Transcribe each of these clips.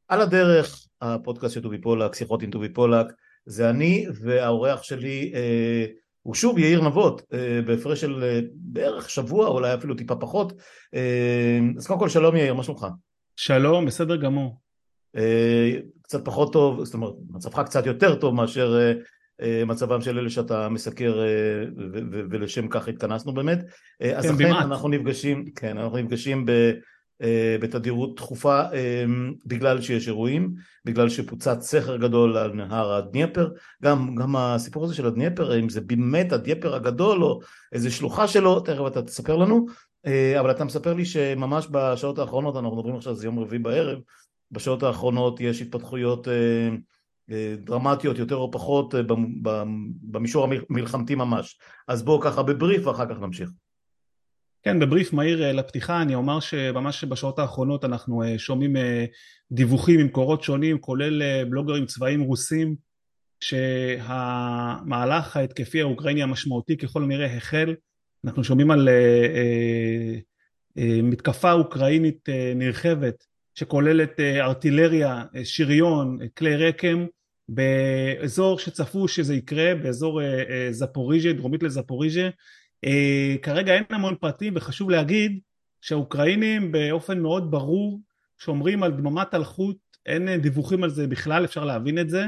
על הדרך, הפודקאסט של טובי פולק, שיחות עם טובי פולק, זה אני, והאורח שלי הוא שוב יאיר נבות, בהפרש של בערך שבוע, אולי אפילו טיפה פחות. אז קודם כל שלום יאיר, מה שלומך? שלום, בסדר גמור. קצת פחות טוב, זאת אומרת, מצבך קצת יותר טוב מאשר מצבם של אלה שאתה מסקר, ולשם כך התכנסנו באמת. אז כן, אכן במעט. אנחנו נפגשים, כן, אנחנו נפגשים בתדירות תכופה, בגלל שיש אירועים, בגלל שפוצץ סכר גדול על נהר הדניפר. גם הסיפור הזה של הדניפר, אם זה באמת הדניפר הגדול או איזה שלוחה שלו, תכף אתה תספר לנו. אבל אתה מספר לי שממש בשעות האחרונות, אנחנו מדברים עכשיו, זה יום רביעי בערב, בשעות האחרונות יש התפתחויות דרמטיות יותר או פחות במישור המלחמתי ממש. אז בואו ככה בבריף ואחר כך נמשיך. כן, בבריף מהיר לפתיחה, אני אומר שממש בשעות האחרונות אנחנו שומעים דיווחים ממקורות שונים, כולל בלוגרים צבאיים רוסים, שהמהלך ההתקפי האוקראיני המשמעותי ככל הנראה החל. אנחנו שומעים על מתקפה אוקראינית נרחבת, שכוללת ארטילריה, שריון, כלי רקם, באזור שצפו שזה יקרה, באזור זפוריז'ה, דרומית לזפוריז'ה. כרגע אין המון פרטים, וחשוב להגיד שהאוקראינים באופן מאוד ברור שומרים על דממת אלחוט, אין דיווחים על זה בכלל, אפשר להבין את זה,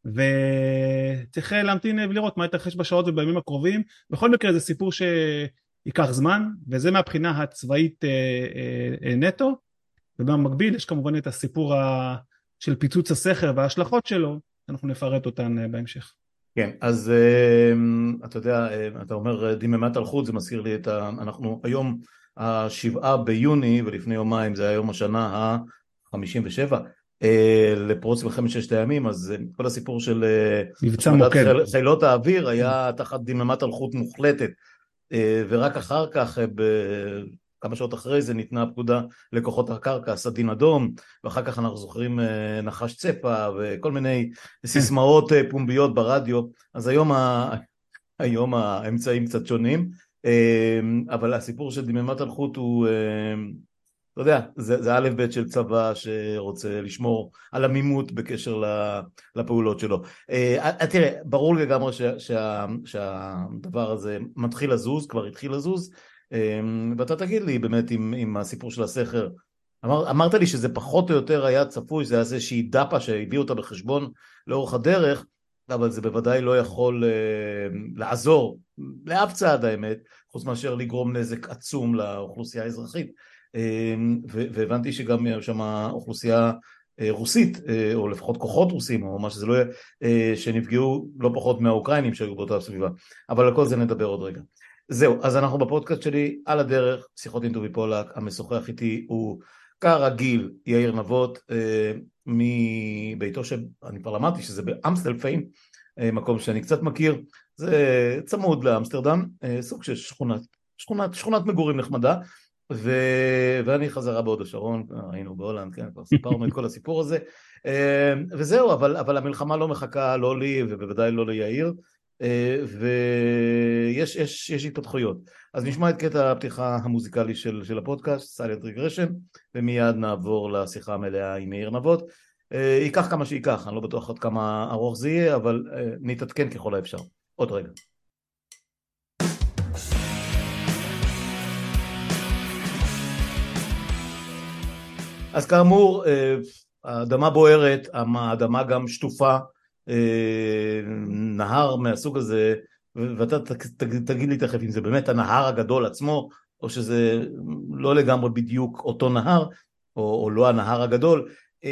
וצריך להמתין ולראות מה יתרחש בשעות ובימים הקרובים. בכל מקרה זה סיפור שייקח זמן, וזה מהבחינה הצבאית נטו, ובמקביל יש כמובן את הסיפור של פיצוץ הסכר וההשלכות שלו, אנחנו נפרט אותן בהמשך. כן, אז אתה יודע, אתה אומר דממת אלחוט, זה מזכיר לי אנחנו היום השבעה ביוני, ולפני יומיים זה היום השנה ה-57 לפרוץ מלחמת ששת הימים. אז כל הסיפור של מבצע השמדת מוקד. חילות האוויר היה תחת דממת אלחוט מוחלטת. ורק אחר כך, כמה שעות אחרי זה, ניתנה הפקודה לכוחות הקרקע, סדין אדום, ואחר כך אנחנו זוכרים נחש צפה וכל מיני סיסמאות פומביות ברדיו. אז היום האמצעים קצת שונים, אבל הסיפור של דממת אלחוט הוא, אתה יודע, זה א' ב' של צבא שרוצה לשמור על עמימות בקשר לפעולות שלו. תראה, ברור לי לגמרי שהדבר הזה מתחיל לזוז, כבר התחיל לזוז, ואתה תגיד לי באמת עם הסיפור של הסכר. אמרת לי שזה פחות או יותר היה צפוי, זה היה איזושהי דאפה שהביאו אותה בחשבון לאורך הדרך, אבל זה בוודאי לא יכול לעזור לאף צעד, האמת, חוץ מאשר לגרום נזק עצום לאוכלוסייה האזרחית. והבנתי שגם שם אוכלוסייה רוסית, או לפחות כוחות רוסים, או מה שזה לא יהיה, שנפגעו לא פחות מהאוקראינים שהיו באותה סביבה. אבל על כל זה נדבר עוד רגע. זהו, אז אנחנו בפודקאסט שלי על הדרך, שיחות עם טובי פולק. המשוחח איתי הוא כרגיל יאיר נבות, מביתו שאני כבר למדתי שזה באמסטלפיין, מקום שאני קצת מכיר, זה צמוד לאמסטרדם, סוג של שכונת מגורים נחמדה, ואני חזרה בהוד השרון, היינו בהולנד, כן, כבר סיפרנו את כל הסיפור הזה, וזהו, אבל המלחמה לא מחכה, לא לי ובוודאי לא ליאיר, ויש התפתחויות. אז נשמע את קטע הפתיחה המוזיקלי של הפודקאסט, Silent Regression, ומיד נעבור לשיחה המלאה עם יאיר נבות. ייקח כמה שייקח, אני לא בטוח עוד כמה ארוך זה יהיה, אבל נתעדכן ככל האפשר. עוד רגע. אז כאמור, האדמה בוערת, האדמה גם שטופה, נהר מהסוג הזה, ואתה תגיד לי תכף אם זה באמת הנהר הגדול עצמו, או שזה לא לגמרי בדיוק אותו נהר, או לא הנהר הגדול.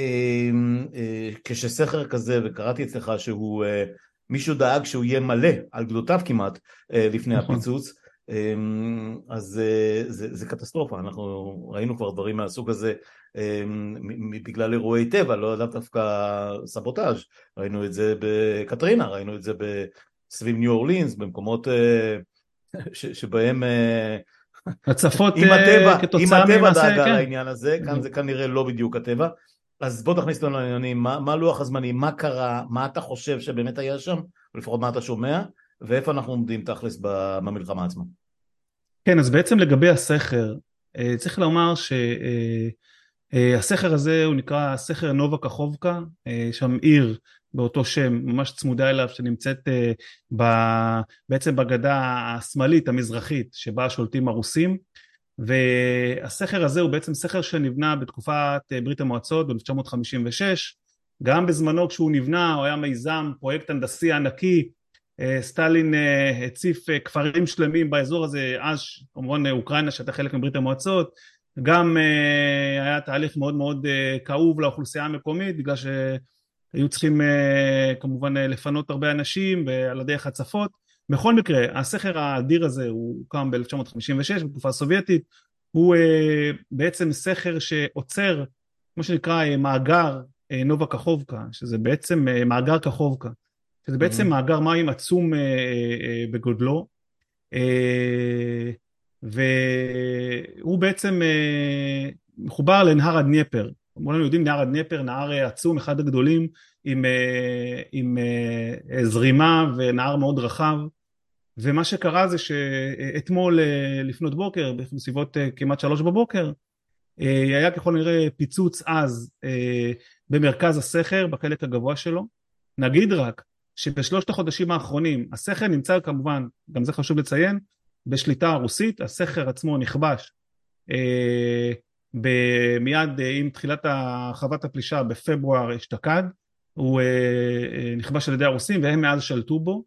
כשסכר כזה, וקראתי אצלך שהוא, מישהו דאג שהוא יהיה מלא על גדותיו כמעט לפני נכון. הפיצוץ, אז זה קטסטרופה. אנחנו ראינו כבר דברים מהסוג הזה בגלל אירועי טבע, לא דווקא סבוטאז'. ראינו את זה בקטרינה, ראינו את זה סביב ניו אורלינס, במקומות שבהם הצפות אם כתוצאה הטבע ממעשה, דאגה כן. לעניין הזה, כאן זה כנראה לא בדיוק הטבע. אז בוא תכניס אותנו לעניינים, מה לוח הזמנים, מה קרה, מה אתה חושב שבאמת היה שם, או לפחות מה אתה שומע, ואיפה אנחנו עומדים תכלס במלחמה עצמה. כן, אז בעצם לגבי הסכר, צריך לומר הסכר הזה הוא נקרא סכר נובה קחובקה, שם עיר באותו שם ממש צמודה אליו שנמצאת בעצם בגדה השמאלית המזרחית שבה שולטים הרוסים, והסכר הזה הוא בעצם סכר שנבנה בתקופת ברית המועצות ב-1956. גם בזמנו כשהוא נבנה הוא היה מיזם, פרויקט הנדסי ענקי. סטלין הציף כפרים שלמים באזור הזה, אז כמובן אוקראינה שהייתה חלק מברית המועצות, גם היה תהליך מאוד מאוד כאוב לאוכלוסייה המקומית, בגלל שהיו צריכים כמובן לפנות הרבה אנשים על הדרך הצפות. בכל מקרה, הסכר האדיר הזה הוא הוקם ב-1956 בתקופה הסובייטית, הוא בעצם סכר שעוצר, כמו שנקרא מאגר נובה קחובקה, שזה בעצם מאגר קחובקה, שזה בעצם מאגר מים עצום בגודלו, והוא בעצם מחובר לנהר הדניפר. כמובן יודעים, נהר הדניפר, נהר עצום, אחד הגדולים, עם זרימה ונהר מאוד רחב. ומה שקרה זה שאתמול לפנות בוקר, בסביבות כמעט 3 בבוקר, היה ככל נראה פיצוץ אז במרכז הסכר, בחלק הגבוה שלו. נגיד רק שבשלושת החודשים האחרונים, הסכר נמצא כמובן, גם זה חשוב לציין, בשליטה הרוסית. הסכר עצמו נכבש מיד עם תחילת חוות הפלישה בפברואר אשתקד, הוא נכבש על ידי הרוסים והם מאז שלטו בו.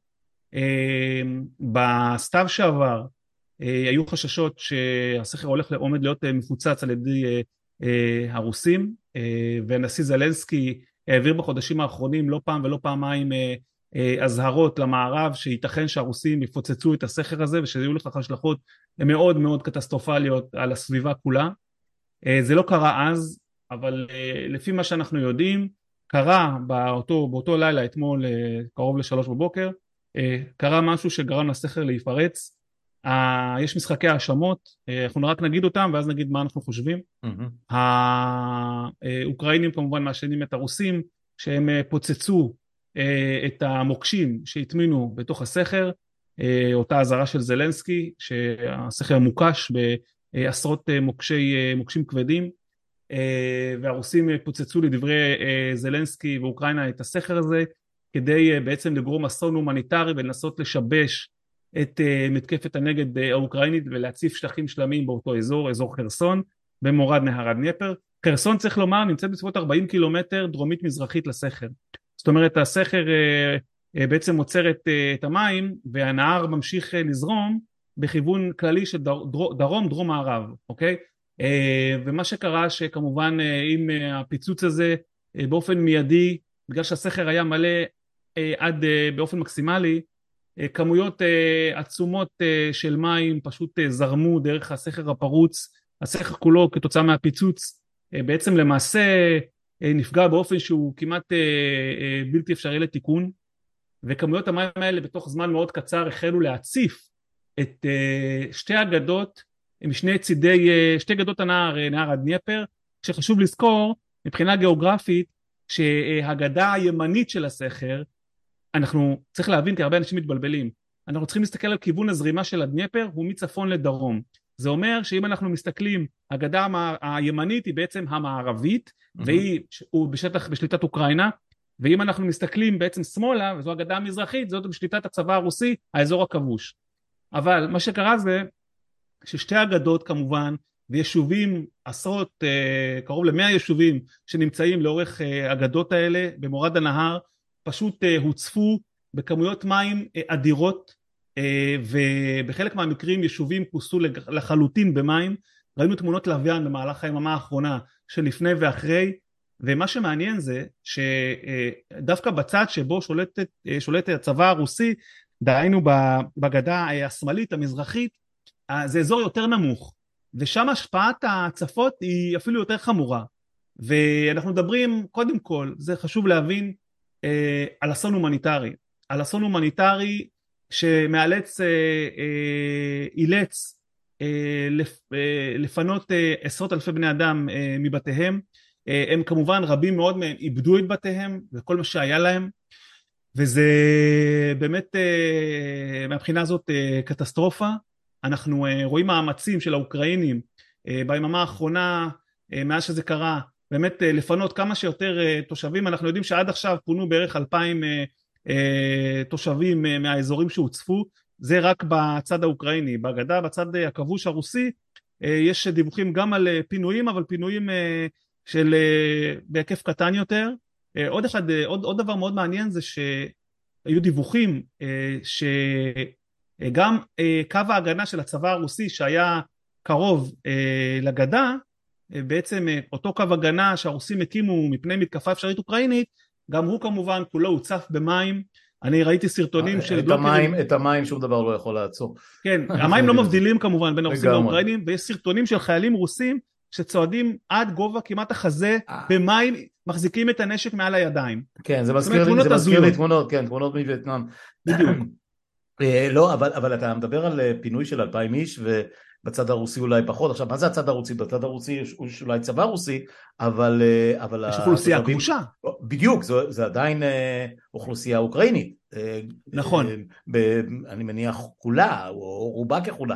בסתיו שעבר היו חששות שהסכר עומד להיות מפוצץ על ידי הרוסים, והנשיא זלנסקי העביר בחודשים האחרונים לא פעם ולא פעמיים הזהרות למערב שייתכן שהרוסים יפוצצו את הסכר הזה ושיהיו לכך השלכות מאוד מאוד קטסטרופליות על הסביבה כולה. זה לא קרה אז, אבל לפי מה שאנחנו יודעים קרה באותו לילה אתמול קרוב ל3 בבוקר, קרה משהו שגרם לסכר להיפרץ. יש משחקי האשמות, אנחנו רק נגיד אותם ואז נגיד מה אנחנו חושבים. האוקראינים כמובן מאשימים את הרוסים שהם פוצצו את המוקשים שהטמינו בתוך הסכר, אותה הזהרה של זלנסקי שהסכר מוקש בעשרות מוקשים כבדים, והרוסים פוצצו לדברי זלנסקי ואוקראינה את הסכר הזה כדי בעצם לגרום אסון הומניטרי ולנסות לשבש את מתקפת הנגד האוקראינית ולהציף שטחים שלמים באותו אזור, אזור חרסון במורד נהר הדניפר. חרסון צריך לומר נמצאת בסביבות 40 קילומטר דרומית מזרחית לסכר, זאת אומרת הסכר בעצם עוצר את המים והנהר ממשיך לזרום בכיוון כללי של דרום מערב, אוקיי? ומה שקרה שכמובן עם הפיצוץ הזה באופן מיידי, בגלל שהסכר היה מלא עד באופן מקסימלי, כמויות עצומות של מים פשוט זרמו דרך הסכר הפרוץ. הסכר כולו כתוצאה מהפיצוץ בעצם למעשה נפגע באופן שהוא כמעט בלתי אפשרי לתיקון, וכמויות המים האלה בתוך זמן מאוד קצר החלו להציף את שתי הגדות משני צידי, שתי גדות הנהר, נהר הדניפר, שחשוב לזכור מבחינה גיאוגרפית שהגדה הימנית של הסכר, אנחנו צריך להבין כי הרבה אנשים מתבלבלים, אנחנו צריכים להסתכל על כיוון הזרימה של הדניפר הוא מצפון לדרום. זה אומר שאם אנחנו מסתכלים, הגדה הימנית היא בעצם המערבית, והיא בשליטת אוקראינה, ואם אנחנו מסתכלים בעצם שמאלה, וזו הגדה המזרחית, זאת בשליטת הצבא הרוסי, האזור הכבוש. אבל מה שקרה זה ששתי הגדות כמובן, ויישובים, עשרות, קרוב ל100 יישובים שנמצאים לאורך הגדות האלה במורד הנהר, פשוט הוצפו בכמויות מים אדירות, ובחלק מהמקרים יישובים כוסו לחלוטין במים. ראינו תמונות לוויין במהלך היממה האחרונה שלפני ואחרי, ומה שמעניין זה שדווקא בצד שבו שולט הצבא הרוסי, דהיינו בגדה השמאלית המזרחית, זה אזור יותר נמוך, ושם השפעת הצפות היא אפילו יותר חמורה. ואנחנו מדברים קודם כל, זה חשוב להבין, על אסון הומניטרי, על אסון הומניטרי שמאלץ, אילץ לפנות עשרות אלפי בני אדם מבתיהם. הם כמובן רבים מאוד מהם איבדו את בתיהם וכל מה שהיה להם, וזה באמת מהבחינה הזאת קטסטרופה. אנחנו רואים מאמצים של האוקראינים ביממה האחרונה מאז שזה קרה, באמת לפנות כמה שיותר תושבים. אנחנו יודעים שעד עכשיו פונו בערך 2,000 תושבים מהאזורים שהוצפו, זה רק בצד האוקראיני. בגדה, בצד הכבוש הרוסי, יש דיווחים גם על פינויים, אבל פינויים של בהיקף קטן יותר. עוד דבר מאוד מעניין זה שהיו דיווחים שגם קו ההגנה של הצבא הרוסי שהיה קרוב לגדה, בעצם אותו קו הגנה שהרוסים הקימו מפני מתקפה אפשרית אוקראינית, גם הוא כמובן כולו הוצף במים. אני ראיתי סרטונים של בלוקרים. את המים שום דבר לא יכול לעצור. כן, המים לא מבדילים כמובן בין הרוסים לאוקראינים, ויש סרטונים של חיילים רוסים שצועדים עד גובה כמעט החזה במים, מחזיקים את הנשק מעל הידיים. כן, זה מזכיר לי תמונות, כן, תמונות מווייטנאם. בדיוק. לא, אבל אתה מדבר על פינוי של 2,000 איש, ובצד הרוסי אולי פחות. עכשיו, מה זה הצד הרוסי? בצד הרוסי יש אולי צבא רוסי, אבל יש אוכלוסייה כבושה. בדיוק, זה עדיין אוכלוסייה אוקראינית. נכון. אני מניח כולה, או רובה ככולה.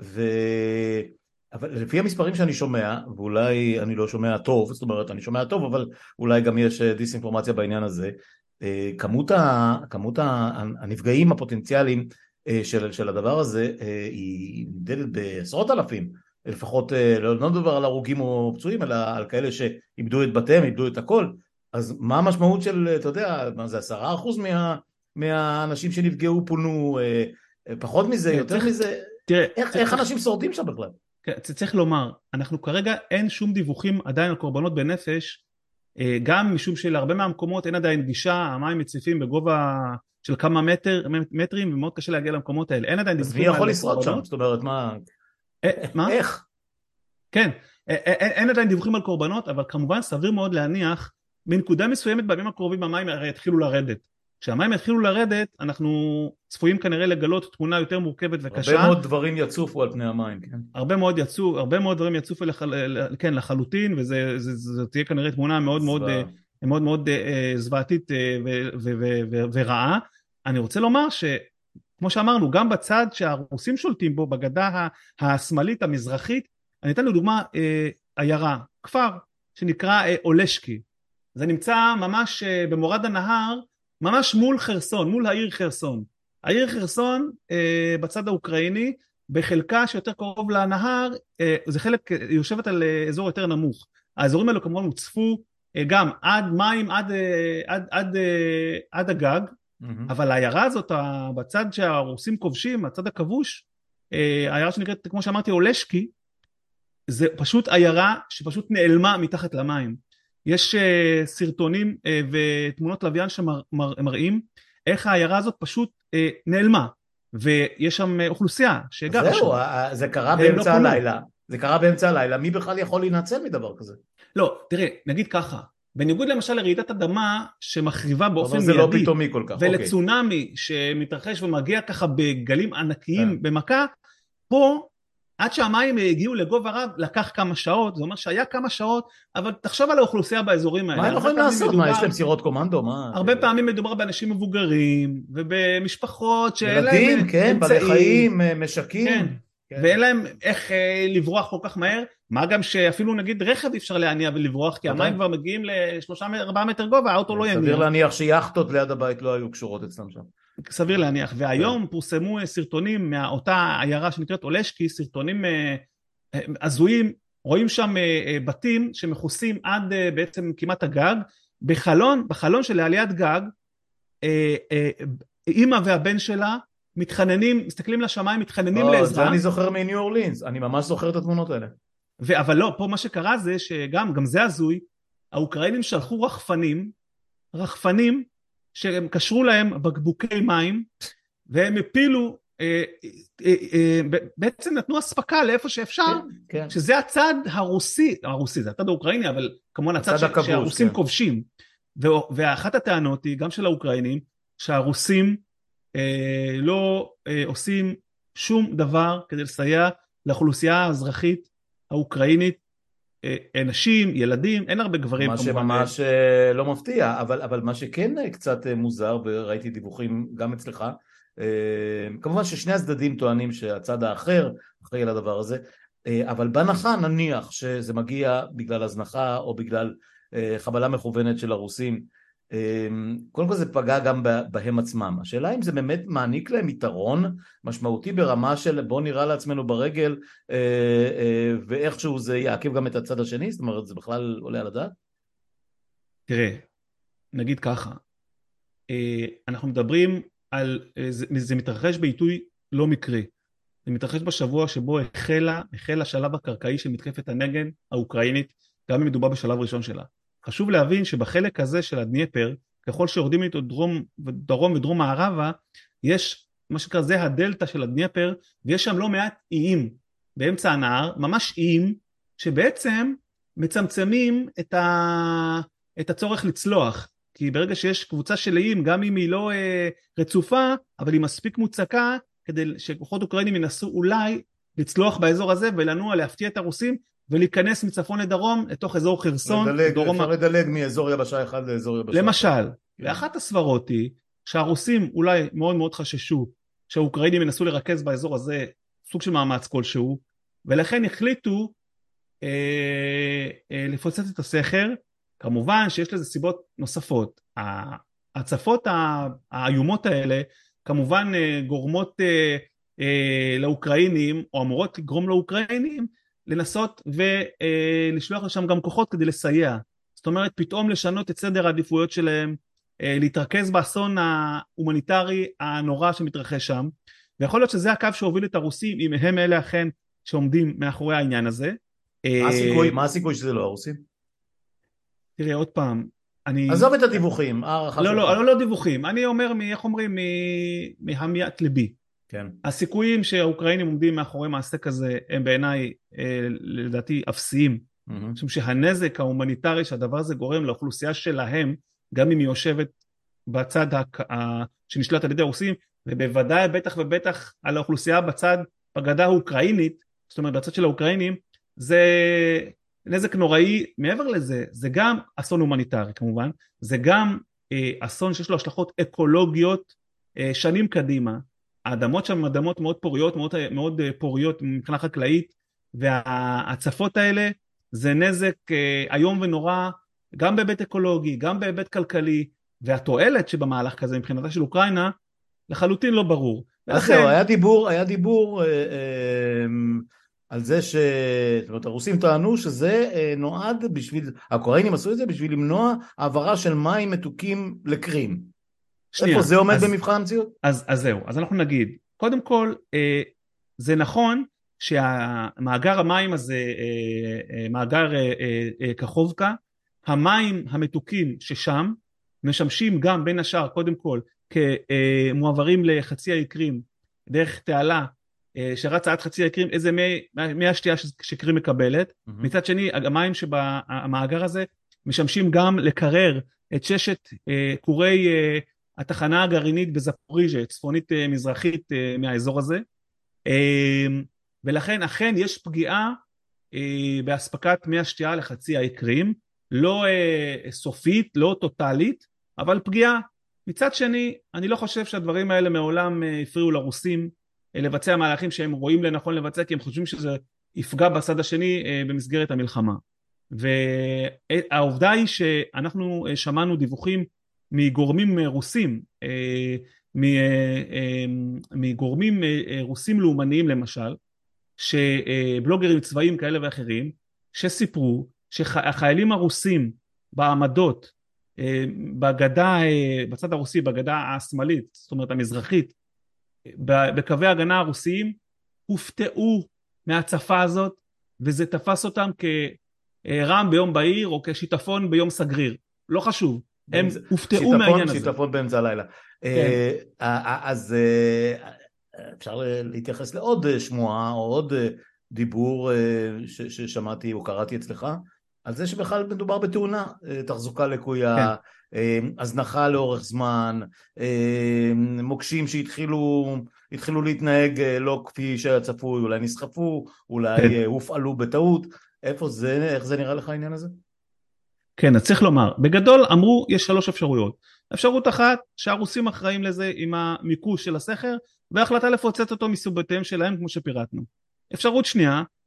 אבל לפי המספרים שאני שומע, ואולי אני לא שומע טוב, זאת אומרת, אני שומע טוב, אבל אולי גם יש דיסאינפורמציה בעניין הזה, כמות הנפגעים הפוטנציאליים של הדבר הזה היא נמדדת בעשרות אלפים, לפחות לא מדבר על הרוגים או פצועים, אלא על כאלה שאיבדו את בתיהם, איבדו את הכל. אז מה המשמעות של, אתה יודע, זה 10% מהאנשים שנפגעו פונו, פחות מזה, יותר מזה, איך אנשים שורדים שם בכלל? צריך לומר, אנחנו כרגע אין שום דיווחים עדיין על קורבנות בנפש, גם משום שלהרבה מהמקומות אין עדיין גישה, המים מציפים בגובה של כמה מטרים, ומאוד קשה להגיע למקומות האלה. אין עדיין דיווחים. אז מי יכול לשרוד שם? זאת אומרת, מה? איך? כן, אין עדיין דיווחים על קורבנות, אבל כמובן סביר מאוד להניח, בנקודה מסוימת בימים הקרובים המים הרי התחילו לרדת. כשהמים התחילו לרדת, אנחנו צפויים כנראה לגלות תמונה יותר מורכבת וקשה. הרבה מאוד דברים יצופו על פני המים, כן. הרבה מאוד דברים יצופו כן, לחלוטין, וזה תהיה כנראה תמונה מאוד מאוד מאוד זוועתית ורעה. אני רוצה לומר שכמו שאמרנו, גם בצד שהרוסים שולטים בו, בגדה השמאלית המזרחית, אני אתן לדוגמה עיירה, כפר שנקרא אולשקי. זה נמצא ממש במורד הנהר, ממש מול חרסון, מול העיר חרסון. העיר חרסון בצד האוקראיני, בחלקה שיותר קרוב לנהר, זה חלק, יושבת על אזור יותר נמוך. האזורים האלו כמובן הוצפו גם עד מים, עד הגג, אבל העיירה הזאת, בצד שהרוסים כובשים, הצד הכבוש, העיירה שנקראת, כמו שאמרתי, אולשקי, זה פשוט עיירה שפשוט נעלמה מתחת למים. יש סרטונים ותמונות לוויין שמראים איך העיירה הזאת פשוט נעלמה, ויש שם אוכלוסייה שגרה שם. זהו, זה קרה באמצע הלילה. זה קרה באמצע הלילה, מי בכלל יכול להינצל מדבר כזה? לא, תראה, נגיד ככה, בניגוד למשל לרעידת אדמה שמחריבה באופן מיידי, זה לא פתאומי כל כך, ולצונאמי שמתרחש ומגיע ככה בגלים ענקיים במכה, פה עד שהמים הגיעו לגובה רב לקח כמה שעות, זה אומר שהיה כמה שעות, אבל תחשוב על האוכלוסייה באזורים האלה. מה הם יכולים לעשות? מה, יש להם סירות קומנדו? הרבה פעמים מדובר באנשים מבוגרים, ובמשפחות שאין להם ילדים, כן, בעלי חיים, משקים. ואין להם איך לברוח כל כך מהר, מה גם שאפילו נגיד רכב אפשר להניע ולברוח, כי המים כבר מגיעים ל3-4 מטר גובה, האוטו לא יניע. סביר להניח שיחטות ליד הבית לא היו קשורות אצלם שם. סביר להניח, והיום פורסמו סרטונים מאותה עיירה שנקראת אולשקי, סרטונים הזויים, רואים שם בתים שמכוסים עד בעצם כמעט הגג, בחלון של עליית גג, אמא והבן שלה מתחננים, מסתכלים לשמיים, מתחננים לעזרה. זה אני זוכר מניו אורלינס, אני ממש זוכר את התמונות האלה. אבל לא, פה מה שקרה זה שגם זה הזוי, האוקראינים שלחו רחפנים שהם קשרו להם בקבוקי מים, והם הפילו, בעצם נתנו הספקה לאיפה שאפשר, שזה הצד הרוסי, זה הצד האוקראיני, אבל כמובן הצד שהרוסים כובשים. ואחת הטענות היא, גם של האוקראינים, שהרוסים לא עושים שום דבר כדי לסייע לאוכלוסייה האזרחית האוקראינית, נשים, ילדים, אין הרבה גברים. מה שממש לא מפתיע, אבל מה שכן קצת מוזר, וראיתי דיווחים גם אצלך, כמובן ששני הצדדים טוענים שהצד האחר אחראי על הדבר הזה, אבל בהנחה נניח שזה מגיע בגלל הזנחה או בגלל חבלה מכוונת של הרוסים, קודם כל זה פגע גם בהם עצמם. השאלה אם זה באמת מעניק להם יתרון משמעותי ברמה של בוא נראה לעצמנו ברגל ואיכשהו זה יעכב גם את הצד השני, זאת אומרת זה בכלל עולה על הדעת? תראה, נגיד ככה, אנחנו מדברים על, זה מתרחש בעיתוי לא מקרי, זה מתרחש בשבוע שבו החל השלב הקרקעי של מתקפת הנגד האוקראינית, גם אם מדובר בשלב ראשון שלה. חשוב להבין שבחלק הזה של הדניפר, ככל שיורדים איתו דרום ודרום מערבה, יש מה שקרה, זה הדלטה של הדניפר, ויש שם לא מעט איים באמצע הנהר, ממש איים, שבעצם מצמצמים את הצורך לצלוח, כי ברגע שיש קבוצה של איים, גם אם היא לא רצופה, אבל היא מספיק מוצקה, כדי שכוחות אוקראינים ינסו אולי לצלוח באזור הזה, ולנוע להפתיע את הרוסים, ולהיכנס מצפון לדרום, לתוך אזור חרסון. אפשר לדלג מאזור יבשה אחד לאזור יבשה. למשל, ואחת הסברות היא, שהרוסים אולי מאוד מאוד חששו, שהאוקראינים ינסו לרכז באזור הזה, סוג של מאמץ כלשהו, ולכן החליטו לפוצץ את הסכר. כמובן שיש לזה סיבות נוספות. ההצפות האיומות האלה, כמובן גורמות לאוקראינים, או אמורות לגרום לאוקראינים, לנסות ולשלוח לשם גם כוחות כדי לסייע. זאת אומרת, פתאום לשנות את סדר העדיפויות שלהם, להתרכז באסון ההומניטרי הנורא שמתרחש שם, ויכול להיות שזה הקו שהוביל את הרוסים, אם הם אלה אכן שעומדים מאחורי העניין הזה. מה הסיכוי שזה לא הרוסים? תראה, עוד פעם, עזוב את הדיווחים. לא דיווחים, אני אומר, איך אומרים, מהמיית ליבי. כן. הסיכויים שהאוקראינים עומדים מאחורי מעשה כזה, הם בעיניי, לדעתי, אפסיים. משום שהנזק ההומניטרי שהדבר הזה גורם לאוכלוסייה שלהם, גם אם היא יושבת בצד שנשלט על ידי הרוסים, ובוודאי בטח ובטח על האוכלוסייה בצד בגדה האוקראינית, זאת אומרת בצד של האוקראינים, זה נזק נוראי. מעבר לזה, זה גם אסון הומניטרי כמובן, זה גם אסון שיש לו השלכות אקולוגיות שנים קדימה. האדמות שם הן אדמות מאוד פוריות, מאוד פוריות מבחינה חקלאית, וההצפות האלה זה נזק היום ונורא, גם בהיבט אקולוגי, גם בהיבט כלכלי, והתועלת שבמהלך כזה מבחינתה של אוקראינה, לחלוטין לא ברור. ולכן... היה דיבור על זה זאת אומרת, הרוסים טענו שזה נועד בשביל, האוקראינים עשו את זה בשביל למנוע העברה של מים מתוקים לקרים. איפה זה עומד במבחן המציאות? אז זהו, אז אנחנו נגיד, קודם כל, זה נכון שהמאגר המים הזה, מאגר קחובקה, המים המתוקים ששם, משמשים גם בין השאר, קודם כל, כמועברים לחצי האי קרים, דרך תעלה, שרצה עד חצי האי קרים, איזה מי השתייה שקרים מקבלת. מצד שני, המים שבמאגר הזה, משמשים גם לקרר את 6 קורי התחנה הגרעינית בזפוריז'ה, צפונית מזרחית מהאזור הזה, ולכן אכן יש פגיעה בהספקת מי השתייה לחצי האי קרים, לא סופית, לא טוטלית, אבל פגיעה. מצד שני, אני לא חושב שהדברים האלה מעולם הפריעו לרוסים לבצע מהלכים שהם רואים לנכון לבצע, כי הם חושבים שזה יפגע בצד השני במסגרת המלחמה. והעובדה היא שאנחנו שמענו דיווחים מגורמים רוסים, מגורמים רוסים לאומניים למשל, שבלוגרים צבאיים כאלה ואחרים, שסיפרו שהחיילים הרוסים בעמדות, בגדה, בצד הרוסי, בגדה השמאלית, זאת אומרת המזרחית, בקווי ההגנה הרוסיים, הופתעו מהצפה הזאת, וזה תפס אותם כרעם ביום בהיר, או כשיטפון ביום סגריר. לא חשוב. הם הופתעו מהעניין הזה. שיטפון באמצע הלילה. אז אפשר להתייחס לעוד שמועה, או עוד דיבור ששמעתי או קראתי אצלך, על זה שבכלל מדובר בתאונה, תחזוקה לקויה, הזנחה לאורך זמן, מוקשים שהתחילו להתנהג לא כפי שצפוי, אולי נסחפו, אולי הופעלו בטעות. איפה זה, איך זה נראה לך העניין הזה? כן, אז צריך לומר, בגדול אמרו יש 3 אפשרויות. אפשרות אחת, שהרוסים אחראים לזה עם המיקוש של הסכר, והחלטה לפוצץ אותו מסיבותיהם שלהם כמו שפירטנו. אפשרות שנייה,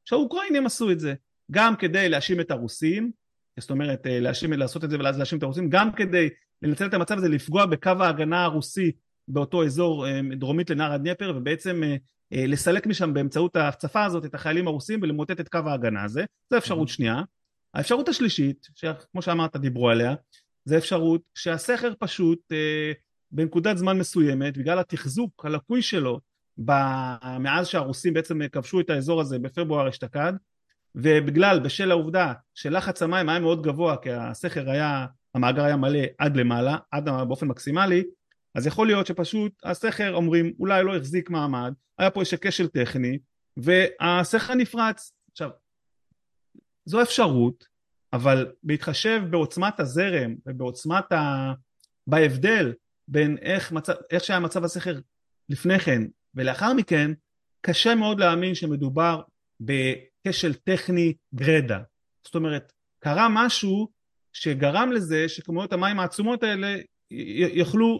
שהאוקראינים עשו את זה, גם כדי להאשים את הרוסים, זאת אומרת לעשות את זה ואז להאשים את הרוסים, גם כדי לנצל את המצב הזה לפגוע בקו ההגנה הרוסי באותו אזור דרומית לנהר הדניפר, ובעצם לסלק משם באמצעות ההפצפה הזאת את החיילים הרוסים ולמוטט את קו ההגנה הזה. זו אפשרות שנייה. האפשרות השלישית, שכמו שאמרת דיברו עליה, זה אפשרות שהסכר פשוט בנקודת זמן מסוימת, בגלל התחזוק הלקוי שלו, מאז שהרוסים בעצם כבשו את האזור הזה בפברואר אשתקד, ובגלל בשל העובדה שלחץ המים היה מאוד גבוה, כי הסכר היה, המאגר היה מלא עד למעלה, עד באופן מקסימלי, אז יכול להיות שפשוט הסכר אומרים אולי לא החזיק מעמד, היה פה איזה כשל טכני, והסכר נפרץ. עכשיו, זו אפשרות, אבל בהתחשב בעוצמת הזרם ובעוצמת בהבדל בין איך שהיה מצב הסכר לפני כן ולאחר מכן, קשה מאוד להאמין שמדובר בכשל טכני גרדה. זאת אומרת, קרה משהו שגרם לזה שכמויות המים העצומות האלה יוכלו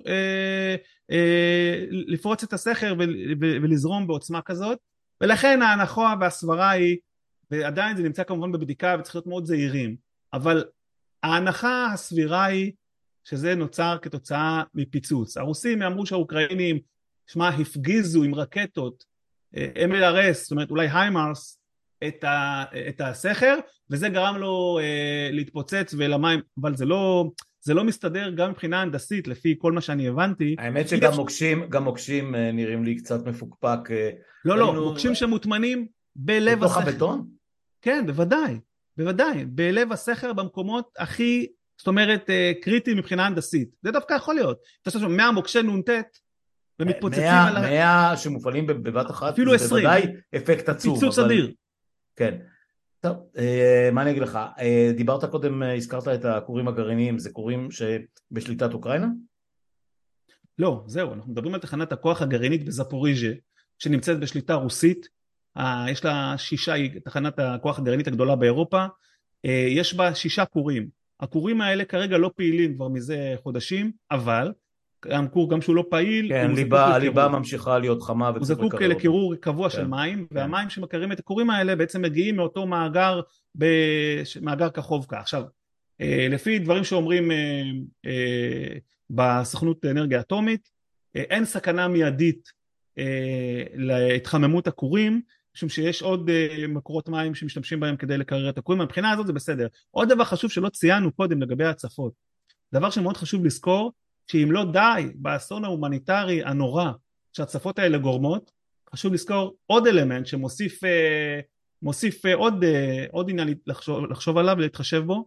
לפרוץ את הסכר ולזרום בעוצמה כזאת, ולכן ההנחה והסברה היא, ועדיין זה נמצא כמובן בבדיקה וצריך להיות מאוד זהירים, אבל ההנחה הסבירה היא שזה נוצר כתוצאה מפיצוץ. הרוסים אמרו שהאוקראינים הפגיזו עם רקטות MLRS, זאת אומרת אולי היימרס, את הסכר, וזה גרם לו להתפוצץ ולמים, אבל זה לא מסתדר גם מבחינה הנדסית, לפי כל מה שאני הבנתי. האמת שגם מוקשים נראים לי קצת מפוקפק. לא, מוקשים שמוטמנים בלב הסכר. בתוך הבטון? כן, בוודאי, בלב הסכר במקומות הכי, זאת אומרת, קריטי מבחינה הנדסית. זה דווקא יכול להיות. אתה חושב 100 מוקשי נ"ט, ומתפוצצים על 100 שמופעלים בבת אחת, אפילו 20. זה בוודאי אפקט עצום. פיצוץ אדיר. כן. טוב, מה אני אגיד לך? דיברת קודם, הזכרת את הכורים הגרעיניים, זה כורים שבשליטת אוקראינה? לא, זהו, אנחנו מדברים על תחנת הכוח הגרעינית בזפוריז'ה, שנמצאת בשליטה רוסית, יש לה 6, תחנת הכוח הגרעינית הגדולה באירופה, יש בה 6 כורים. הכורים האלה כרגע לא פעילים כבר מזה חודשים, אבל הכור גם שהוא לא פעיל, כן, הליבה ממשיכה להיות חמה הוא זקוק לקירור קבוע של מים, והמים שמקררים את הכורים האלה בעצם מגיעים מאותו מאגר כחובקה. עכשיו, לפי דברים שאומרים בסוכנות אנרגיה אטומית, אין סכנה מיידית להתחממות הכורים, משום שיש עוד מקורות מים שמשתמשים בהם כדי לקרר את הכורים. מבחינה הזאת זה בסדר. עוד דבר חשוב שלא ציינו קודם לגבי ההצפות, דבר שמאוד חשוב לזכור, שאם לא די באסון ההומניטרי הנורא שהצפות האלה גורמות, חשוב לזכור עוד אלמנט שמוסיף עוד עניין לחשוב עליו ולהתחשב בו,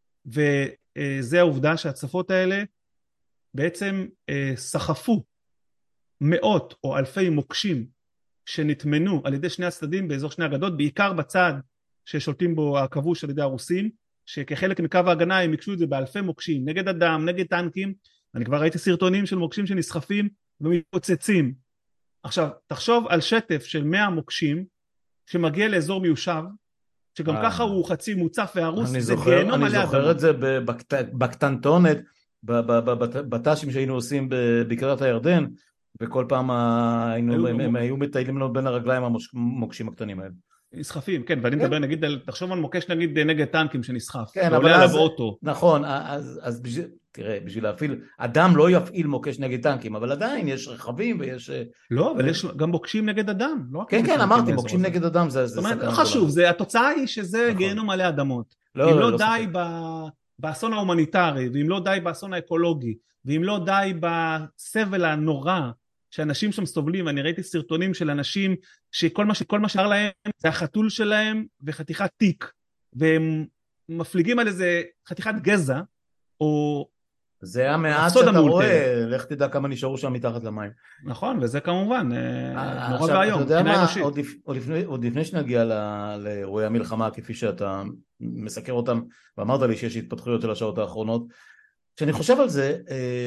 וזה העובדה שהצפות האלה בעצם סחפו מאות או אלפי מוקשים שנטמנו על ידי שני הצדדים באזור שני הגדות, בעיקר בצד ששולטים בו הכבוש על ידי הרוסים, שכחלק מקו ההגנה הם יקשו את זה באלפי מוקשים, נגד אדם, נגד טנקים. אני כבר ראיתי סרטונים של מוקשים שנסחפים ומתפוצצים. עכשיו, תחשוב על שטף של 100 מוקשים שמגיע לאזור מיושב, שגם ככה הוא חצי מוצף והרוס, זה גיהנום עלי אדמה. אני זוכר את זה בקטנטונת, בט"שים שהיינו עושים בבקעת הירדן, וכל פעם הם היו מטיילים לנו בין הרגליים המוקשים הקטנים האלה. נסחפים, כן, ואני מדבר נגיד, תחשוב על מוקש נגד טנקים שנסחף, ועולה עליו אוטו. נכון, אז תראה, בשביל להפעיל, אדם לא יפעיל מוקש נגד טנקים, אבל עדיין יש רכבים ויש... לא, אבל יש גם מוקשים נגד אדם. כן, אמרתי, מוקשים נגד אדם זה סכנה גדולה. לא חשוב, התוצאה היא שזה גיהנום עלי אדמות. אם לא די באסון ההומניטרי, ואם לא די באסון האקולוגי, ואם לא די בסבל הנורא, שאנשים שם סובלים, אני ראיתי סרטונים של אנשים שכל מה שאר להם זה החתול שלהם וחתיכת תיק, והם מפליגים על איזה חתיכת גזע, או... זה המעט שאתה רואה, לך תדע כמה נשארו שם מתחת למים. נכון, וזה כמובן נורא והיום. אתה יודע מה, עוד לפני שנגיע לאירועי המלחמה, כפי שאתה מסקר אותם, ואמרת לי שיש התפתחויות של השעות האחרונות, כשאני חושב על זה,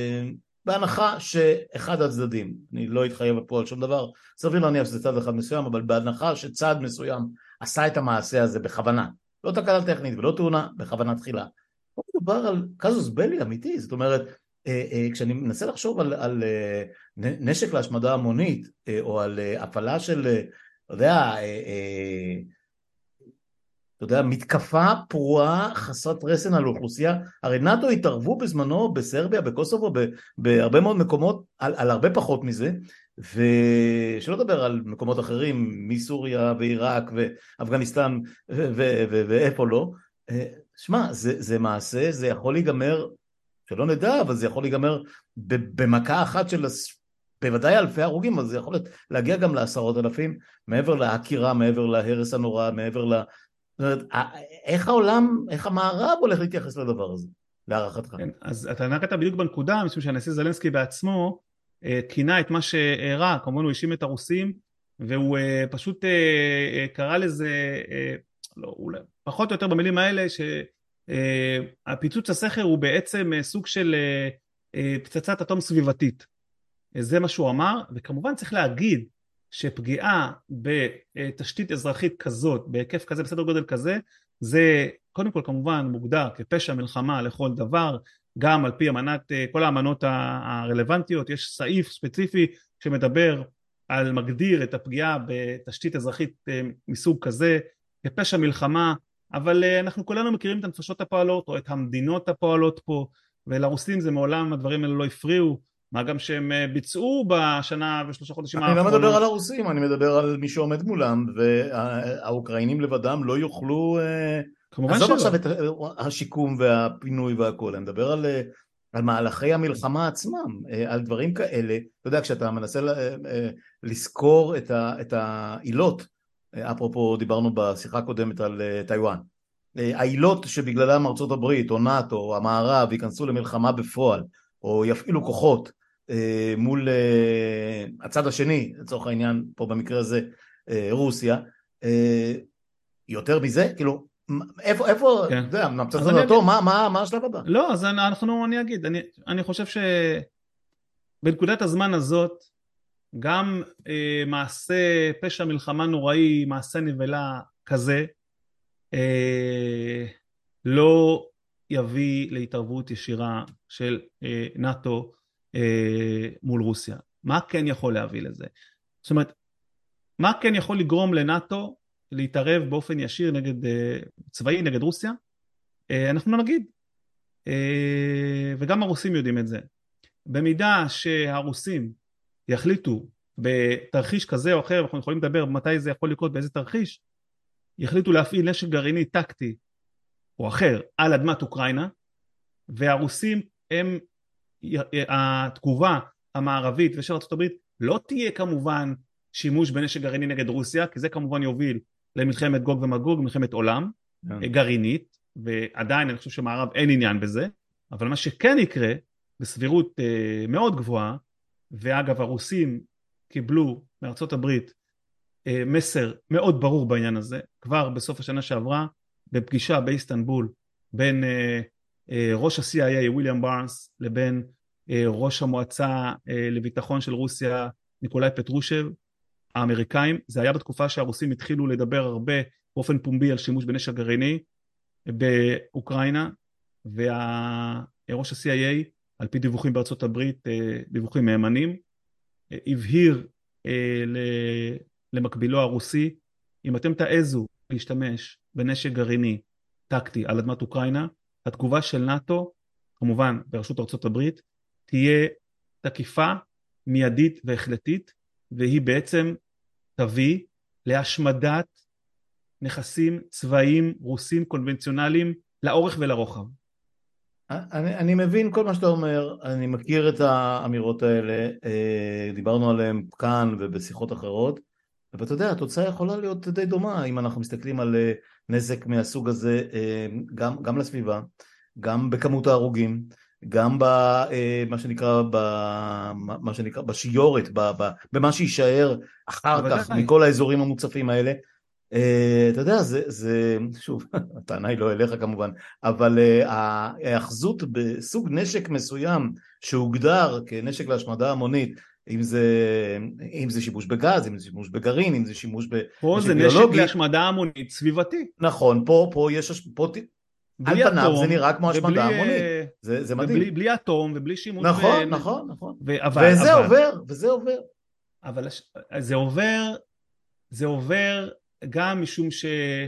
בהנחה שאחד הצדדים, אני לא אתחייב פה על שום דבר, סביר להניח שזה צד אחד מסוים, אבל בהנחה שצד מסוים עשה את המעשה הזה בכוונה, לא תקלה טכנית ולא תאונה, בכוונה תחילה. פה מדובר על קזוס בלי אמיתי, זאת אומרת, כשאני מנסה לחשוב על נשק להשמדה המונית, או על הפעלה של, לא יודע, אתה יודע, מתקפה פרועה חסרת רסן על אוכלוסייה. הרי נאט"ו התערבו בזמנו בסרביה, בקוסובו, בהרבה מאוד מקומות, על הרבה פחות מזה, ושלא לדבר על מקומות אחרים, מסוריה ועיראק ואפגניסטן ואיפה לא. שמע, זה מעשה, זה יכול להיגמר, שלא נדע, אבל זה יכול להיגמר במכה אחת של בוודאי אלפי הרוגים, אז זה יכול להגיע גם לעשרות אלפים, מעבר להכירה, מעבר להרס הנורא, מעבר זאת אומרת, איך העולם, איך המערב הולך להתייחס לדבר הזה, להערכתך? כן, אז אתה נגעת בדיוק בנקודה, משום שהנשיא זלנסקי בעצמו כינה את מה שאירע, כמובן הוא האשים את הרוסים, והוא פשוט קרא לזה, לא, אולי, פחות או יותר במילים האלה, שהפיצוץ הסכר הוא בעצם סוג של פצצת אטום סביבתית. זה מה שהוא אמר, וכמובן צריך להגיד שפגיעה בתשתית אזרחית כזאת, בהיקף כזה, בסדר גודל כזה, זה קודם כל כמובן מוגדר כפשע מלחמה לכל דבר, גם על פי כל האמנות הרלוונטיות, יש סעיף ספציפי שמדבר על מגדיר את הפגיעה בתשתית אזרחית מסוג כזה, כפשע מלחמה, אבל אנחנו כולנו מכירים את הנפשות הפועלות, או את המדינות הפועלות פה, ולרוסים זה מעולם הדברים האלה לא הפריעו, מה גם שהם ביצעו בשנה ושלושה חודשים האחרונות. אני לא מדבר על הרוסים, אני מדבר על מי שעומד מולם, והאוקראינים לבדם לא יוכלו, עזוב עכשיו את השיקום והפינוי והכל, אני מדבר על מהלכי המלחמה עצמם, על דברים כאלה. אתה יודע, כשאתה מנסה לזכור את העילות, אפרופו דיברנו בשיחה הקודמת על טיואן, העילות שבגללם ארצות הברית או נאט"ו או המערב ייכנסו למלחמה בפועל, או יפעילו כוחות מול הצד השני, לצורך העניין פה במקרה הזה רוסיה, יותר מזה, כאילו, איפה, אתה יודע, נמצאת אותו, מה השלב הבא? לא, אז אני אגיד, אני חושב שבנקודת הזמן הזאת, גם מעשה פשע מלחמה נוראי, מעשה נבלה כזה, לא יביא להתערבות ישירה של נאט"ו מול רוסיה. מה כן יכול להביא לזה? זאת אומרת, מה כן יכול לגרום לנאט"ו להתערב באופן ישיר צבאי נגד רוסיה? אנחנו לא נגיד. וגם הרוסים יודעים את זה. במידה שהרוסים יחליטו בתרחיש כזה או אחר, אנחנו יכולים לדבר מתי זה יכול לקרות, באיזה תרחיש, יחליטו להפעיל נשק גרעיני טקטי או אחר על אדמת אוקראינה, והרוסים הם, התגובה המערבית ושל ארצות הברית לא תהיה כמובן שימוש בנשק גרעיני נגד רוסיה, כי זה כמובן יוביל למלחמת גוג ומגוג, מלחמת עולם גרעינית, ועדיין אני חושב שמערב אין עניין בזה, אבל מה שכן יקרה בסבירות מאוד גבוהה, ואגב הרוסים קיבלו מארצות הברית מסר מאוד ברור בעניין הזה, כבר בסוף השנה שעברה, בפגישה באיסטנבול בין ראש ה-CIA וויליאם בארנס לבין ראש המועצה לביטחון של רוסיה ניקולאי פטרושב, האמריקאים. זה היה בתקופה שהרוסים התחילו לדבר הרבה באופן פומבי על שימוש בנשק גרעיני באוקראינה, וראש ה-CIA על פי דיווחים בארצות הברית, דיווחים מהימנים, הבהיר למקבילו הרוסי, אם אתם תעזו להשתמש בנשק גרעיני טקטי על אדמת אוקראינה, התגובה של נאט"ו, כמובן ברשות ארצות הברית, תהיה תקיפה מיידית והחלטית, והיא בעצם תביא להשמדת נכסים צבאיים רוסים קונבנציונליים לאורך ולרוחב. אני מבין כל מה שאתה אומר, אני מכיר את האמירות האלה, דיברנו עליהן כאן ובשיחות אחרות, ואתה יודע, התוצאה יכולה להיות די דומה, אם אנחנו מסתכלים על נזק מהסוג הזה, גם לסביבה, גם בכמות ההרוגים, גם במה שנקרא בשיורת, במה שישאר אחר כך מכל האזורים המוצפים האלה. אתה יודע, זה שוב, הטענה היא לא אליך כמובן, אבל ההאחזות בסוג נשק מסוים שהוגדר כנשק להשמדה המונית, אם זה שימוש בגז, אם זה שימוש בגרעין, אם זה שימוש בנשק ביולוגי. פה זה נשק להשמדה המונית סביבתי. נכון, פה יש, על פניו זה נראה כמו השמדה המונית, זה מדהים. בלי אטום ובלי שימוש. נכון, נכון, נכון. וזה עובר. אבל זה עובר גם משום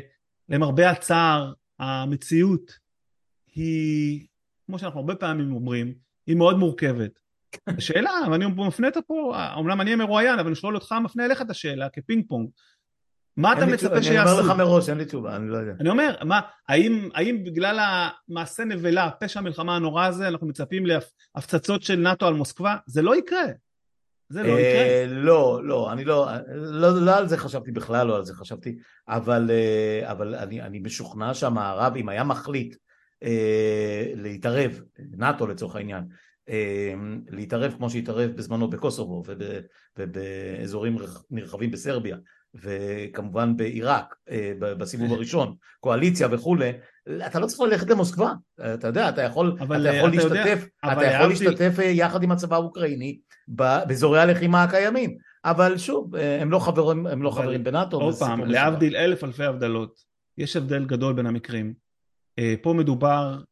למרבה הצער, המציאות היא, כמו שאנחנו הרבה פעמים אומרים, היא מאוד מורכבת. השאלה, ואני מפנה את פה, אומנם אני מרואיין, אבל אני שואל אותך, מפנה אליך את השאלה, כפינג פונג. מה אתה מצפה אני אומר לך שיעשו? מראש, אין לי תשובה, אני לא יודע. אני אומר, האם בגלל המעשה נבלה, פשע המלחמה הנורא הזה, אנחנו מצפים להפצצות של נאטו על מוסקבה? זה לא יקרה. זה לא יקרה. לא, אני לא על זה חשבתי בכלל, לא על זה חשבתי, אבל אני משוכנע שהמערב, אם היה מחליט להתערב, נאטו לצורך העניין, להתערב כמו שהתערב בזמנו בקוסובו ובאזורים נרחבים בסרביה, וכמובן בעיראק, בסיבוב הראשון, קואליציה וכולי, אתה לא צריך ללכת למוסקבה, אתה יודע, אתה יכול להשתתף יחד עם הצבא האוקראיני באזורי הלחימה הקיימים, אבל שוב, הם לא חברים בנאטו. עוד פעם, להבדיל אלף אלפי הבדלות, יש הבדל גדול בין המקרים. פה מדובר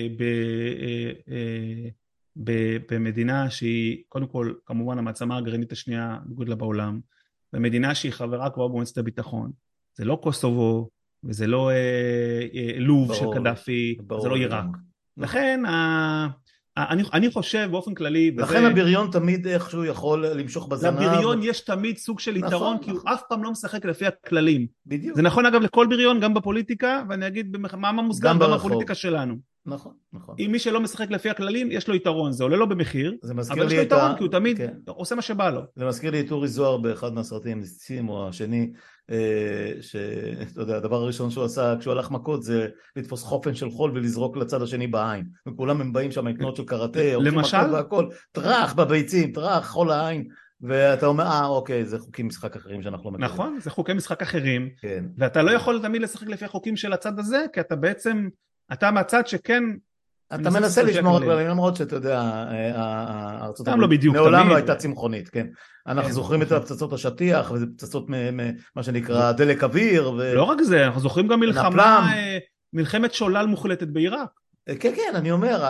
במדינה שהיא קודם כל כמובן המעצמה הגרעינית השנייה בגודלה בעולם, במדינה שהיא חברה כבר במועצת הביטחון. זה לא קוסובו וזה לא לוב של קדאפי, זה לא עיראק. לכן אני חושב באופן כללי, לכן הבריון תמיד איכשהו יכול למשוך בזנב. לבריון יש תמיד סוג של יתרון, כי הוא אף פעם לא משחק לפי הכללים. בדיוק. זה נכון אגב לכל בריון, גם בפוליטיקה, ואני אגיד מה מוסגר, גם בפוליטיקה שלנו. נכון. אם מי שלא משחק לפי הכללים, יש לו יתרון, זה עולה לו במחיר, אבל יש לו יתרון, כי הוא תמיד עושה מה שבא לו. זה מזכיר לי את אורי זוהר באחד מהסרטים, ניסים או השני, שאתה יודע, הדבר הראשון שהוא עשה כשהוא הלך מכות זה לתפוס חופן של חול ולזרוק לצד השני בעין, וכולם הם באים שם עם תנועות של קראטה, למשל? והכל, טרח בביצים, טרח, חול העין, ואתה אומר, אוקיי, זה חוקים משחק אחרים שאנחנו לא מכירים. נכון, זה חוקי משחק אחרים, כן. ואתה לא יכול תמיד לשחק לפי החוקים של הצד הזה, כי אתה בעצם, אתה מהצד שכן אתה מנסה לשמור על כללים, למרות שאתה יודע, ארצות הברית מעולם לא הייתה צמחונית, כן. אנחנו זוכרים את הפצצות השטיח, וזה פצצות מה שנקרא דלק אוויר. לא רק זה, אנחנו זוכרים גם מלחמת שולל מוחלטת בעיראק. כן, כן, אני אומר,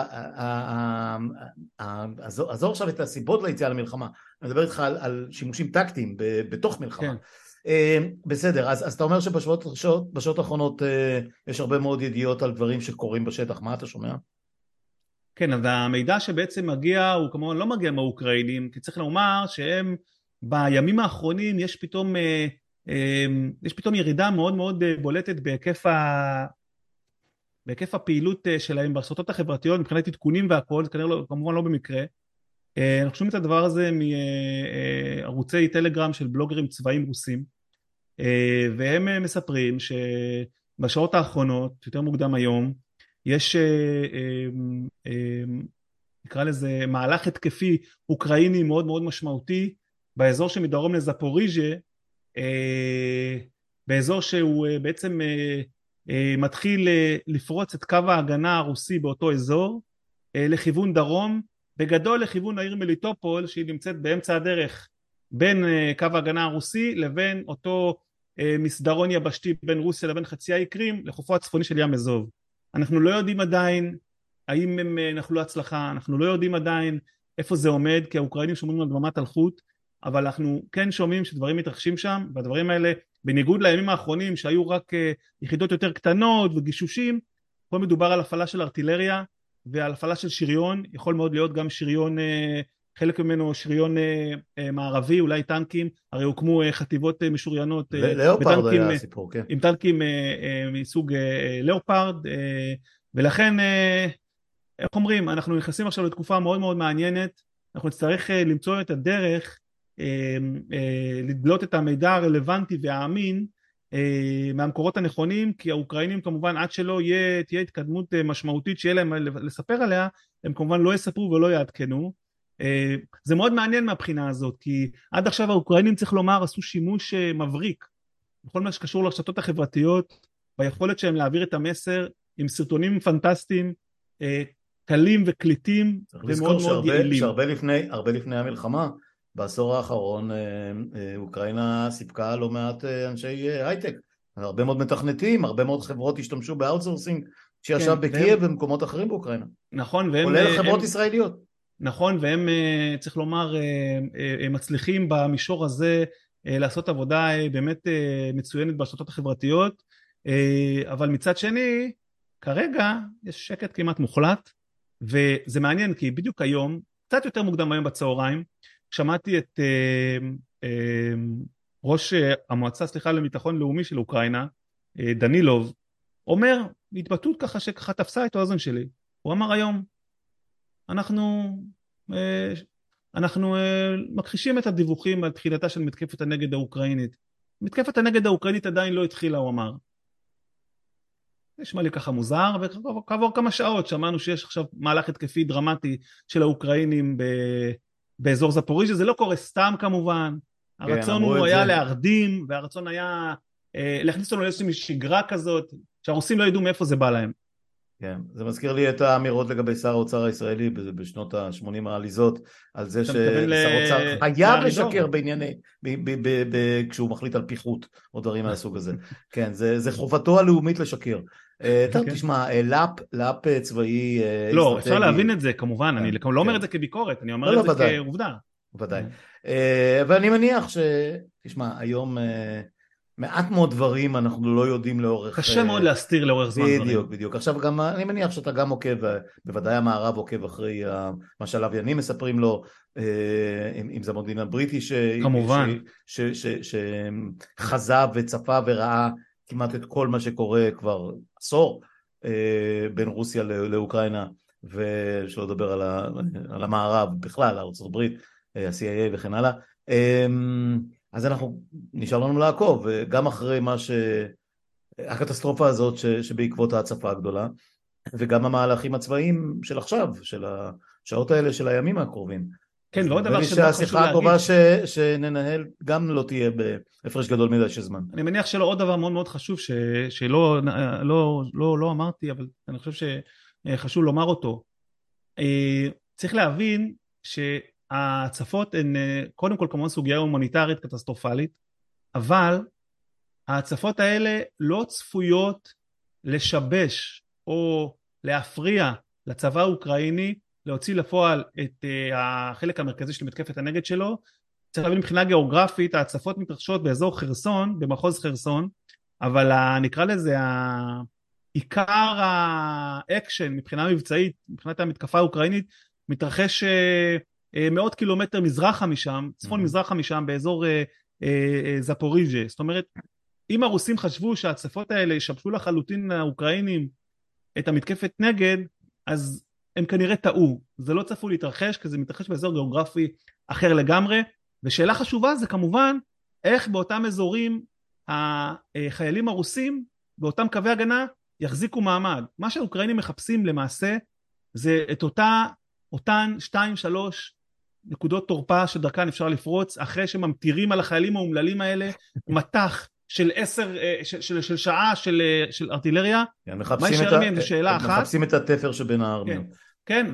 עזור עכשיו את הסיבות ליציאה למלחמה. אני מדבר איתך על שימושים טקטיים בתוך מלחמה. בסדר, אז אתה אומר שבשעות האחרונות יש הרבה מאוד ידיעות על דברים שקורים בשטח, מה אתה שומע? כן, אז המידע שבעצם מגיע הוא כמובן לא מגיע מהאוקראינים, כי צריך לומר שהם בימים האחרונים יש פתאום ירידה מאוד מאוד בולטת בהיקף הפעילות שלהם ברשתות החברתיות, מבחינת עדכונים והכל, זה כמובן לא במקרה. אנחנו שומעים את הדבר הזה מערוצי טלגרם של בלוגרים צבאיים רוסים, והם מספרים שבשעות האחרונות, יותר מוקדם היום, יש נקרא לזה מהלך התקפי אוקראיני מאוד מאוד משמעותי באזור שמדרום לזפוריז'ה, באזור שהוא בעצם מתחיל לפרוץ את קו ההגנה הרוסי באותו אזור לכיוון דרום, בגדול לכיוון העיר מליטופול שהיא נמצאת באמצע הדרך בין קו ההגנה הרוסי לבין אותו מסדרון יבשתי בין רוסיה לבין חצי האי קרים לחופו הצפוני של ים אזוב. אנחנו לא יודעים עדיין האם הם נחלו הצלחה, אנחנו לא יודעים עדיין איפה זה עומד, כי האוקראינים שומעים על דממת אלחוט, אבל אנחנו כן שומעים שדברים מתרחשים שם, והדברים האלה, בניגוד לימים האחרונים שהיו רק יחידות יותר קטנות וגישושים, פה מדובר על הפעלה של ארטילריה ועל הפעלה של שריון, יכול מאוד להיות גם שריון, חלק ממנו שריון מערבי, אולי טנקים, הרי הוקמו חטיבות משוריינות לאופרד היה הסיפור, כן. עם טנקים מסוג לאופרד, ולכן, איך אומרים, אנחנו נכנסים עכשיו לתקופה מאוד מאוד מעניינת, אנחנו נצטרך למצוא את הדרך, לדלות את המידע הרלוונטי והאמין מהמקורות הנכונים, כי האוקראינים כמובן עד שלא תהיה התקדמות משמעותית שיהיה להם לספר עליה, הם כמובן לא יספרו ולא יעדכנו. זה מאוד מעניין מהבחינה הזאת, כי עד עכשיו האוקראינים צריך לומר עשו שימוש מבריק בכל מה שקשור לרשתות החברתיות, ביכולת שהם להעביר את המסר עם סרטונים פנטסטיים, קלים וקליטים ומאוד מאוד יעילים. שהרבה לפני המלחמה, בעשור האחרון אוקראינה סיפקה לא מעט אנשי הייטק, הרבה מאוד מתכנתים, הרבה מאוד חברות השתמשו באוטסורסינג שישב בקייב ובמקומות אחרים באוקראינה. נכון, כולל חברות ישראליות. נכון, והם צריך לומר הם מצליחים במישור הזה לעשות עבודה באמת מצוינת ברשתות החברתיות, אבל מצד שני, כרגע יש שקט כמעט מוחלט, וזה מעניין כי בדיוק היום, קצת יותר מוקדם היום בצהריים, שמעתי את ראש המועצה, סליחה, לביטחון לאומי של אוקראינה, דנילוב, אומר, התבטאות ככה שככה תפסה את האוזן שלי, הוא אמר היום, אנחנו מכחישים את הדיווחים על תחילתה של מתקפת הנגד האוקראינית. מתקפת הנגד האוקראינית עדיין לא התחילה, הוא אמר. נשמע לי ככה מוזר, וכעבור כמה שעות שמענו שיש עכשיו מהלך התקפי דרמטי של האוקראינים באזור זפוריז'יה, זה לא קורה סתם כמובן, הרצון הוא היה להרדים, והרצון היה להכניס לנו לאיזושהי שגרה כזאת, שהרוסים לא ידעו מאיפה זה בא להם. כן, זה מזכיר לי את האמירות לגבי שר האוצר הישראלי בשנות ה-80 העליזות, על זה ששר האוצר חייב לשקר בענייני, כשהוא מחליט על פיחות או דברים מהסוג הזה. כן, זה חובתו הלאומית לשקר. טוב, תשמע, לאפ צבאי אסטרטגי. לא, אפשר להבין את זה כמובן, אני לא אומר את זה כביקורת, אני אומר את זה כעובדה. ודאי. ואני מניח תשמע, היום מעט מאוד דברים אנחנו לא יודעים לאורך... קשה מאוד להסתיר לאורך זמן דברים. בדיוק. עכשיו גם, אני מניח שאתה גם עוקב, בוודאי המערב עוקב אחרי מה שהלוויינים מספרים לו, אם זה המודיעין הבריטי כמובן. שחזה וצפה וראה כמעט את כל מה שקורה כבר עשור בין רוסיה לאוקראינה, ושלא לדבר על המערב בכלל, ארצות הברית, ה-CIA וכן הלאה. אז אנחנו נשאר לנו לעקוב, גם אחרי הקטסטרופה הזאת שבעקבות ההצפה הגדולה, וגם המהלכים הצבאיים של עכשיו, של השעות האלה של הימים הקרובים. כן, ועוד דבר שהשיחה הקרובה שננהל גם לא תהיה בהפרש גדול מדי של זמן. אני מניח שלא עוד דבר מאוד מאוד חשוב שלא לא אמרתי, אבל אני חושב שחשוב לומר אותו. צריך להבין שההצפות הן קודם כל כמובן סוגיה הומניטרית קטסטרופלית, אבל ההצפות האלה לא צפויות לשבש או להפריע לצבא האוקראיני להוציא לפועל את החלק המרכזי של מתקפת הנגד שלו. צריך להבין מבחינה גיאוגרפית, ההצפות מתרחשות באזור חרסון, במחוז חרסון, אבל נקרא לזה עיקר האקשן מבחינה מבצעית, מבחינת המתקפה האוקראינית, מתרחש מאות קילומטר מזרחה משם, צפון מזרחה משם, באזור זפוריז'ה. זאת אומרת, אם הרוסים חשבו שההצפות האלה ישבשו לחלוטין האוקראינים את המתקפת נגד, אז הם כנראה טעו. זה לא צפו להתרחש, כי זה מתרחש באזור גיאוגרפי אחר לגמרי. ושאלה חשובה זה כמובן, איך באותם אזורים החיילים הרוסים, באותם קווי הגנה, יחזיקו מעמד. מה שהאוקראינים מחפשים למעשה, זה את אותן 2-3 נקודות תורפה שדרכן אפשר לפרוץ, אחרי שממטירים על החיילים האומללים האלה, מתח של שעה של ארטילריה. כן, מה יישאר מהם? זו שאלה אחת. מחפשים את התפר שבין הארמיות. כן,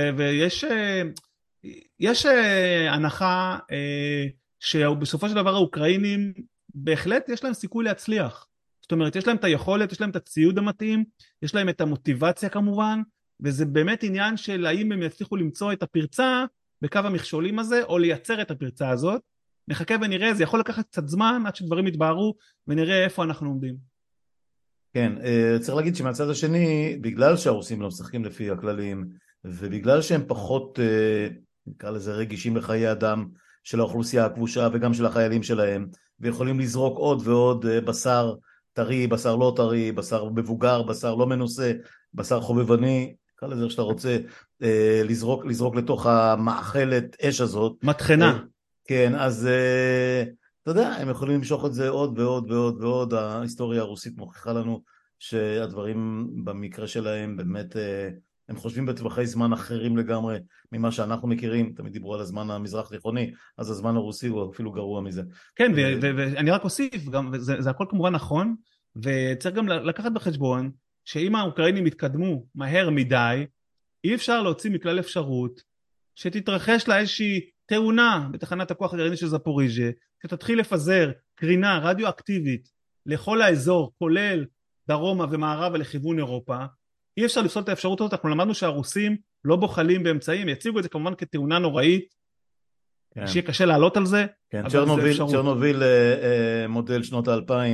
ויש הנחה שבסופו של דבר האוקראינים בהחלט יש להם סיכוי להצליח. זאת אומרת, יש להם את היכולת, יש להם את הציוד המתאים, יש להם את המוטיבציה כמובן, וזה באמת עניין של האם הם יצליחו למצוא את הפרצה בקו המכשולים הזה, או לייצר את הפרצה הזאת. נחכה ונראה, זה יכול לקחת קצת זמן עד שדברים יתבהרו, ונראה איפה אנחנו עומדים. כן, צריך להגיד שמהצד השני, בגלל שהרוסים לא משחקים לפי הכללים, ובגלל שהם פחות, נקרא לזה רגישים לחיי אדם של האוכלוסייה הכבושה, וגם של החיילים שלהם, ויכולים לזרוק עוד ועוד בשר טרי, בשר לא טרי, בשר מבוגר, בשר לא מנוסה, בשר חובבני, נקרא לזה שאתה רוצה לזרוק לתוך המאכלת אש הזאת. מתחנה. כן, אז אתה יודע, הם יכולים למשוך את זה עוד ועוד ועוד ועוד. ההיסטוריה הרוסית מוכיחה לנו שהדברים במקרה שלהם באמת, הם חושבים בטווחי זמן אחרים לגמרי ממה שאנחנו מכירים. תמיד דיברו על הזמן המזרח תיכוני, אז הזמן הרוסי הוא אפילו גרוע מזה. כן, ואני רק אוסיף, זה הכל כמובן נכון, וצריך גם לקחת בחשבון שאם האוקראינים יתקדמו מהר מדי, אי אפשר להוציא מכלל אפשרות שתתרחש לה איזושהי תאונה בתחנת הכוח הגרעינית של זפוריז'ה, שתתחיל לפזר קרינה רדיואקטיבית לכל האזור, כולל דרומה ומערבה לכיוון אירופה. אי אפשר לפסול את האפשרות הזאת. אנחנו למדנו שהרוסים לא בוחלים באמצעים, יציגו את זה כמובן כתאונה נוראית, שיהיה קשה לעלות על זה. כן, צ'רנוביל מודל שנות ה-2000,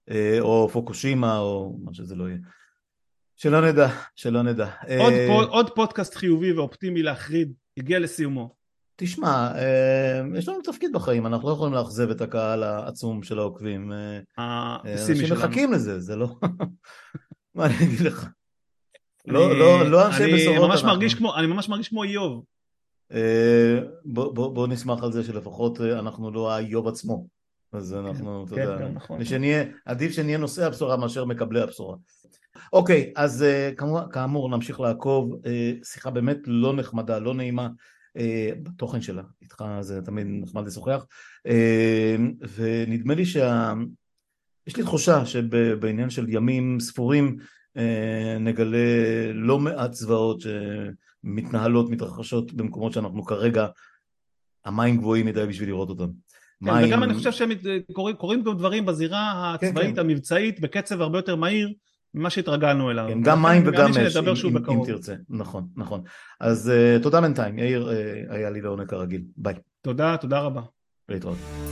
או פוקושימה, או מה שזה לא יהיה. שלא נדע, שלא נדע. עוד פודקאסט חיובי ואופטימי להחריד, הגיע לסיומו. תשמע, יש לנו תפקיד בחיים, אנחנו לא יכולים לאכזב את הקהל העצום של העוקבים. אנשים מחכים לזה, זה לא... מה אני אגיד לך? לא אנשי בשורות אנחנו. אני ממש מרגיש כמו איוב. בוא נשמח על זה שלפחות אנחנו לא האיוב עצמו. אז אנחנו, אתה יודע, עדיף שנהיה נושאי הבשורה מאשר מקבלי הבשורה. אוקיי, אז כאמור נמשיך לעקוב, שיחה באמת לא נחמדה, לא נעימה, בתוכן שלה, איתך זה תמיד נחמד לשוחח, ונדמה לי יש לי תחושה שבעניין של ימים ספורים נגלה לא מעט זוועות שמתנהלות, מתרחשות במקומות שאנחנו כרגע, המים גבוהים מדי בשביל לראות אותם. כן, וגם אני חושב שקורים גם דברים בזירה הצבאית, המבצעית, בקצב הרבה יותר מהיר ממה שהתרגלנו אליו. כן, גם מים וגם אש, אם תרצה. נכון, נכון. אז תודה בינתיים, יאיר, היה לי לעונג כרגיל. ביי. תודה, תודה רבה. להתראות.